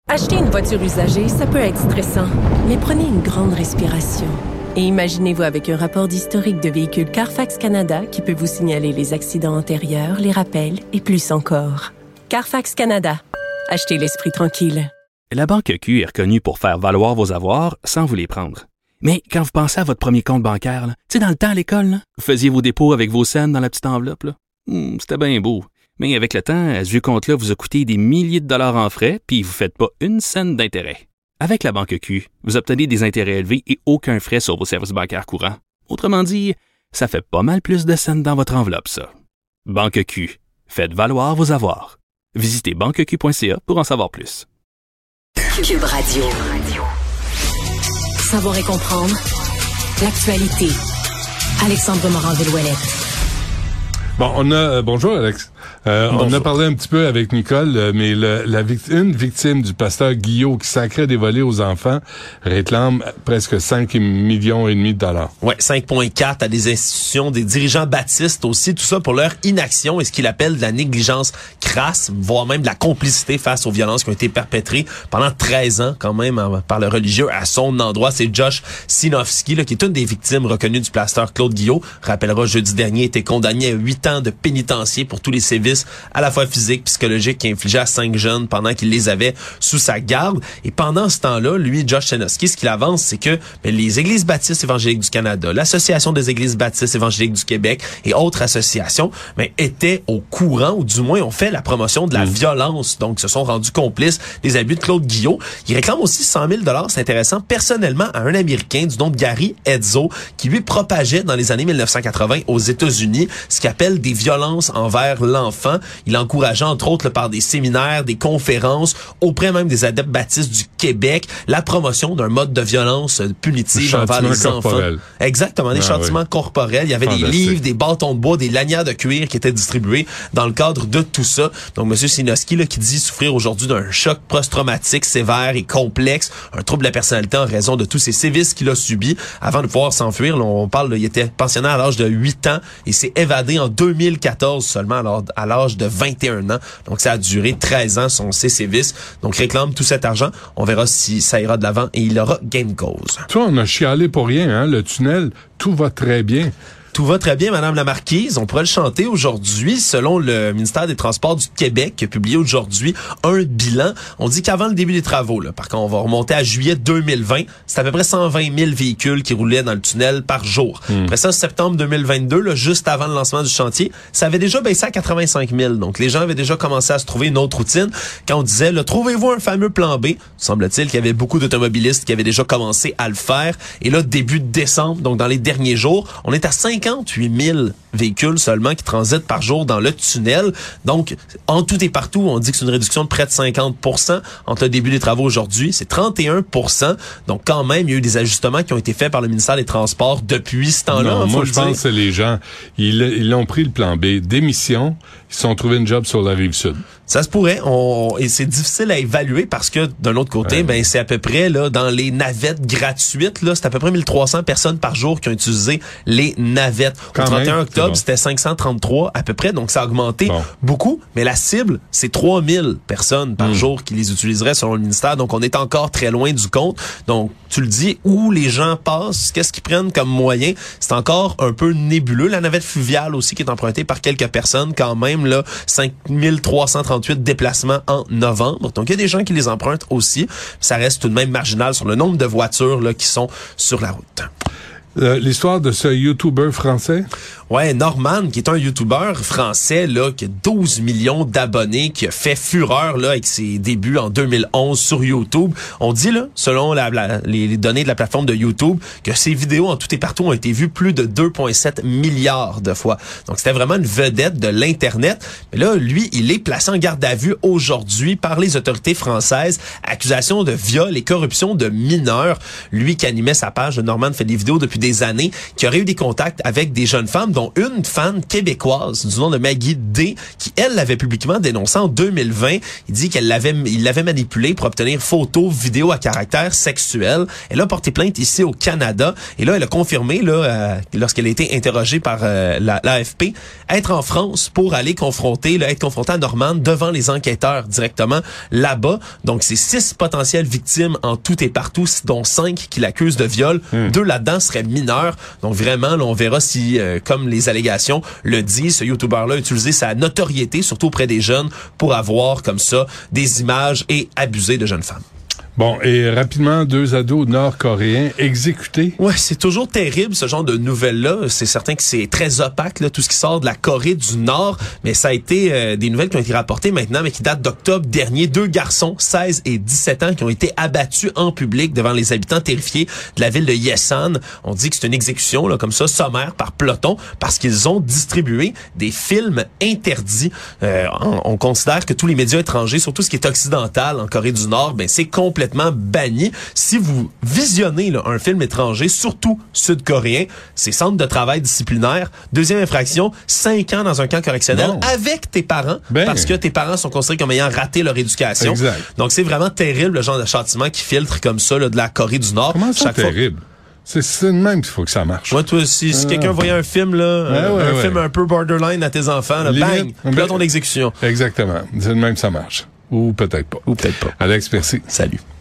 Acheter une voiture usagée, ça peut être stressant, mais prenez une grande respiration. Et imaginez-vous avec un rapport d'historique de véhicule Carfax Canada qui peut vous signaler les accidents antérieurs, les rappels et plus encore. Carfax Canada. Achetez l'esprit tranquille. La Banque Q est reconnue pour faire valoir vos avoirs sans vous les prendre. Mais quand vous pensez à votre premier compte bancaire, tu sais, dans le temps à l'école, là, vous faisiez vos dépôts avec vos scènes dans la petite enveloppe. Là. C'était bien beau. Mais avec le temps, ce vieux compte-là vous a coûté des milliers de dollars en frais, puis vous ne faites pas une scène d'intérêt. Avec la Banque Q, vous obtenez des intérêts élevés et aucun frais sur vos services bancaires courants. Autrement dit, ça fait pas mal plus de scènes dans votre enveloppe, ça. Banque Q. Faites valoir vos avoirs. Visitez banqueq.ca pour en savoir plus. Cube Radio. Savoir et comprendre l'actualité. Alexandre Morin-Villouellette. Bon, bonjour Alex. Bonjour. On a parlé un petit peu avec Nicole, mais une victime du pasteur Guillot qui sacrait des volets aux enfants réclame presque 5 millions et demi de dollars. Ouais, 5,4 à des institutions, des dirigeants baptistes aussi, tout ça pour leur inaction et ce qu'il appelle de la négligence crasse, voire même de la complicité face aux violences qui ont été perpétrées pendant 13 ans quand même par le religieux à son endroit. C'est Josh Sinofsky là, qui est une des victimes reconnues du pasteur Claude Guillot. Rappellera, jeudi dernier, était condamné à 8 ans de pénitencier pour tous les sévices à la fois physiques, psychologiques qu'il infligeait à 5 jeunes pendant qu'il les avait sous sa garde. Et pendant ce temps-là, lui, Josh Sinofsky, ce qu'il avance, c'est que les Églises baptistes évangéliques du Canada, l'Association des Églises baptistes évangéliques du Québec et autres associations étaient au courant, ou du moins ont fait la promotion de la violence. Donc, se sont rendus complices des abus de Claude Guillot. Il réclame aussi 100 000 $, c'est intéressant, personnellement à un Américain du nom de Gary Edzo, qui lui propageait dans les années 1980 aux États-Unis ce qu'il appelle des violences envers l'enfant. Il encourageait entre autres par des séminaires, des conférences auprès même des adeptes baptistes du Québec, la promotion d'un mode de violence punitive envers les corporel. enfants. Exactement, des châtiments corporels. Il y avait des livres, des bâtons de bois, des lanières de cuir qui étaient distribués dans le cadre de tout ça. Donc, M. Sinofsky, là, qui dit souffrir aujourd'hui d'un choc post-traumatique sévère et complexe, un trouble de la personnalité en raison de tous ces sévices qu'il a subis avant de pouvoir s'enfuir. Là, on parle, il était pensionnaire à l'âge de 8 ans et s'est évadé en 2014 seulement, à l'âge de 21 ans. Donc, ça a duré 13 ans, ces sévices. Donc, réclame tout cet argent. On verra si ça ira de l'avant et il aura gain de cause. Toi, on a chialé pour rien, hein? Le tunnel, tout va très bien. Tout va très bien, Madame la Marquise. On pourrait le chanter aujourd'hui. Selon le ministère des Transports du Québec, qui a publié aujourd'hui un bilan, on dit qu'avant le début des travaux, là, par contre, on va remonter à juillet 2020, c'est à peu près 120 000 véhicules qui roulaient dans le tunnel par jour. Après ça, septembre 2022, là, juste avant le lancement du chantier, ça avait déjà baissé à 85 000. Donc, les gens avaient déjà commencé à se trouver une autre routine. Quand on disait, là, trouvez-vous un fameux plan B, semble-t-il qu'il y avait beaucoup d'automobilistes qui avaient déjà commencé à le faire. Et là, début de décembre, donc dans les derniers jours, on est à 58 000 véhicules seulement qui transitent par jour dans le tunnel. Donc, en tout et partout, on dit que c'est une réduction de près de 50%. Entre le début des travaux aujourd'hui, c'est 31%. Donc, quand même, il y a eu des ajustements qui ont été faits par le ministère des Transports depuis ce temps-là. Non, moi, je pense que c'est les gens. Ils l'ont pris le plan B. Démission, ils se sont trouvés une job sur la Rive-Sud. Ça se pourrait. Et c'est difficile à évaluer parce que, d'un autre côté, c'est à peu près, là, dans les navettes gratuites, là, c'est à peu près 1300 personnes par jour qui ont utilisé les navettes. Au 31 octobre, c'était 533 à peu près. Donc, ça a augmenté beaucoup. Mais la cible, c'est 3000 personnes par jour qui les utiliseraient selon le ministère. Donc, on est encore très loin du compte. Donc, tu le dis, où les gens passent, qu'est-ce qu'ils prennent comme moyen, c'est encore un peu nébuleux. La navette fluviale aussi qui est empruntée par quelques personnes quand même, là, 5338 déplacements en novembre. Donc, il y a des gens qui les empruntent aussi. Ça reste tout de même marginal sur le nombre de voitures là, qui sont sur la route. L'histoire de ce YouTuber français? Ouais, Norman, qui est un YouTuber français là, qui a 12 millions d'abonnés, qui a fait fureur là avec ses débuts en 2011 sur YouTube. On dit là, selon les données de la plateforme de YouTube, que ses vidéos en tout et partout ont été vues plus de 2,7 milliards de fois. Donc c'était vraiment une vedette de l'internet. Mais là, lui, il est placé en garde à vue aujourd'hui par les autorités françaises, accusation de viol et corruption de mineurs. Lui qui animait sa page, Norman fait des vidéos depuis des des années, qui aurait eu des contacts avec des jeunes femmes, dont une fan québécoise du nom de Maggie D, qui, elle, l'avait publiquement dénoncé en 2020. Il dit il l'avait manipulée pour obtenir photos, vidéos à caractère sexuel. Elle a porté plainte ici au Canada. Et là, elle a confirmé, lorsqu'elle a été interrogée par l'AFP, être en France pour aller être confrontée à Norman devant les enquêteurs directement là-bas. Donc, c'est 6 potentielles victimes en tout et partout, dont 5 qui l'accusent de viol. 2 là-dedans seraient mineurs. Donc, vraiment, là, on verra si, comme les allégations le disent, ce YouTuber-là a utilisé sa notoriété, surtout auprès des jeunes, pour avoir, comme ça, des images et abuser de jeunes femmes. Bon, et rapidement, 2 ados nord-coréens exécutés. Ouais, c'est toujours terrible, ce genre de nouvelles-là. C'est certain que c'est très opaque, là, tout ce qui sort de la Corée du Nord. Mais ça a été des nouvelles qui ont été rapportées maintenant, mais qui datent d'octobre dernier. 2 garçons, 16 et 17 ans, qui ont été abattus en public devant les habitants terrifiés de la ville de Yesan. On dit que c'est une exécution, là, comme ça, sommaire par peloton, parce qu'ils ont distribué des films interdits. On considère que tous les médias étrangers, surtout ce qui est occidental en Corée du Nord, ben c'est complètement banni. Si vous visionnez là, un film étranger, surtout sud-coréen, c'est centre de travail disciplinaire. 2e infraction, 5 ans dans un camp correctionnel avec tes parents, parce que tes parents sont considérés comme ayant raté leur éducation. Exact. Donc c'est vraiment terrible le genre de châtiment qui filtre comme ça là, de la Corée du Nord. Comment ça, terrible? C'est de même qu'il faut que ça marche. Moi, toi, si quelqu'un voyait un film, là, un film un peu borderline à tes enfants, là, bang, puis là, ton exécution. Exactement. C'est de même que ça marche. Ou peut-être pas. Ou peut-être pas. Alex, merci. Salut.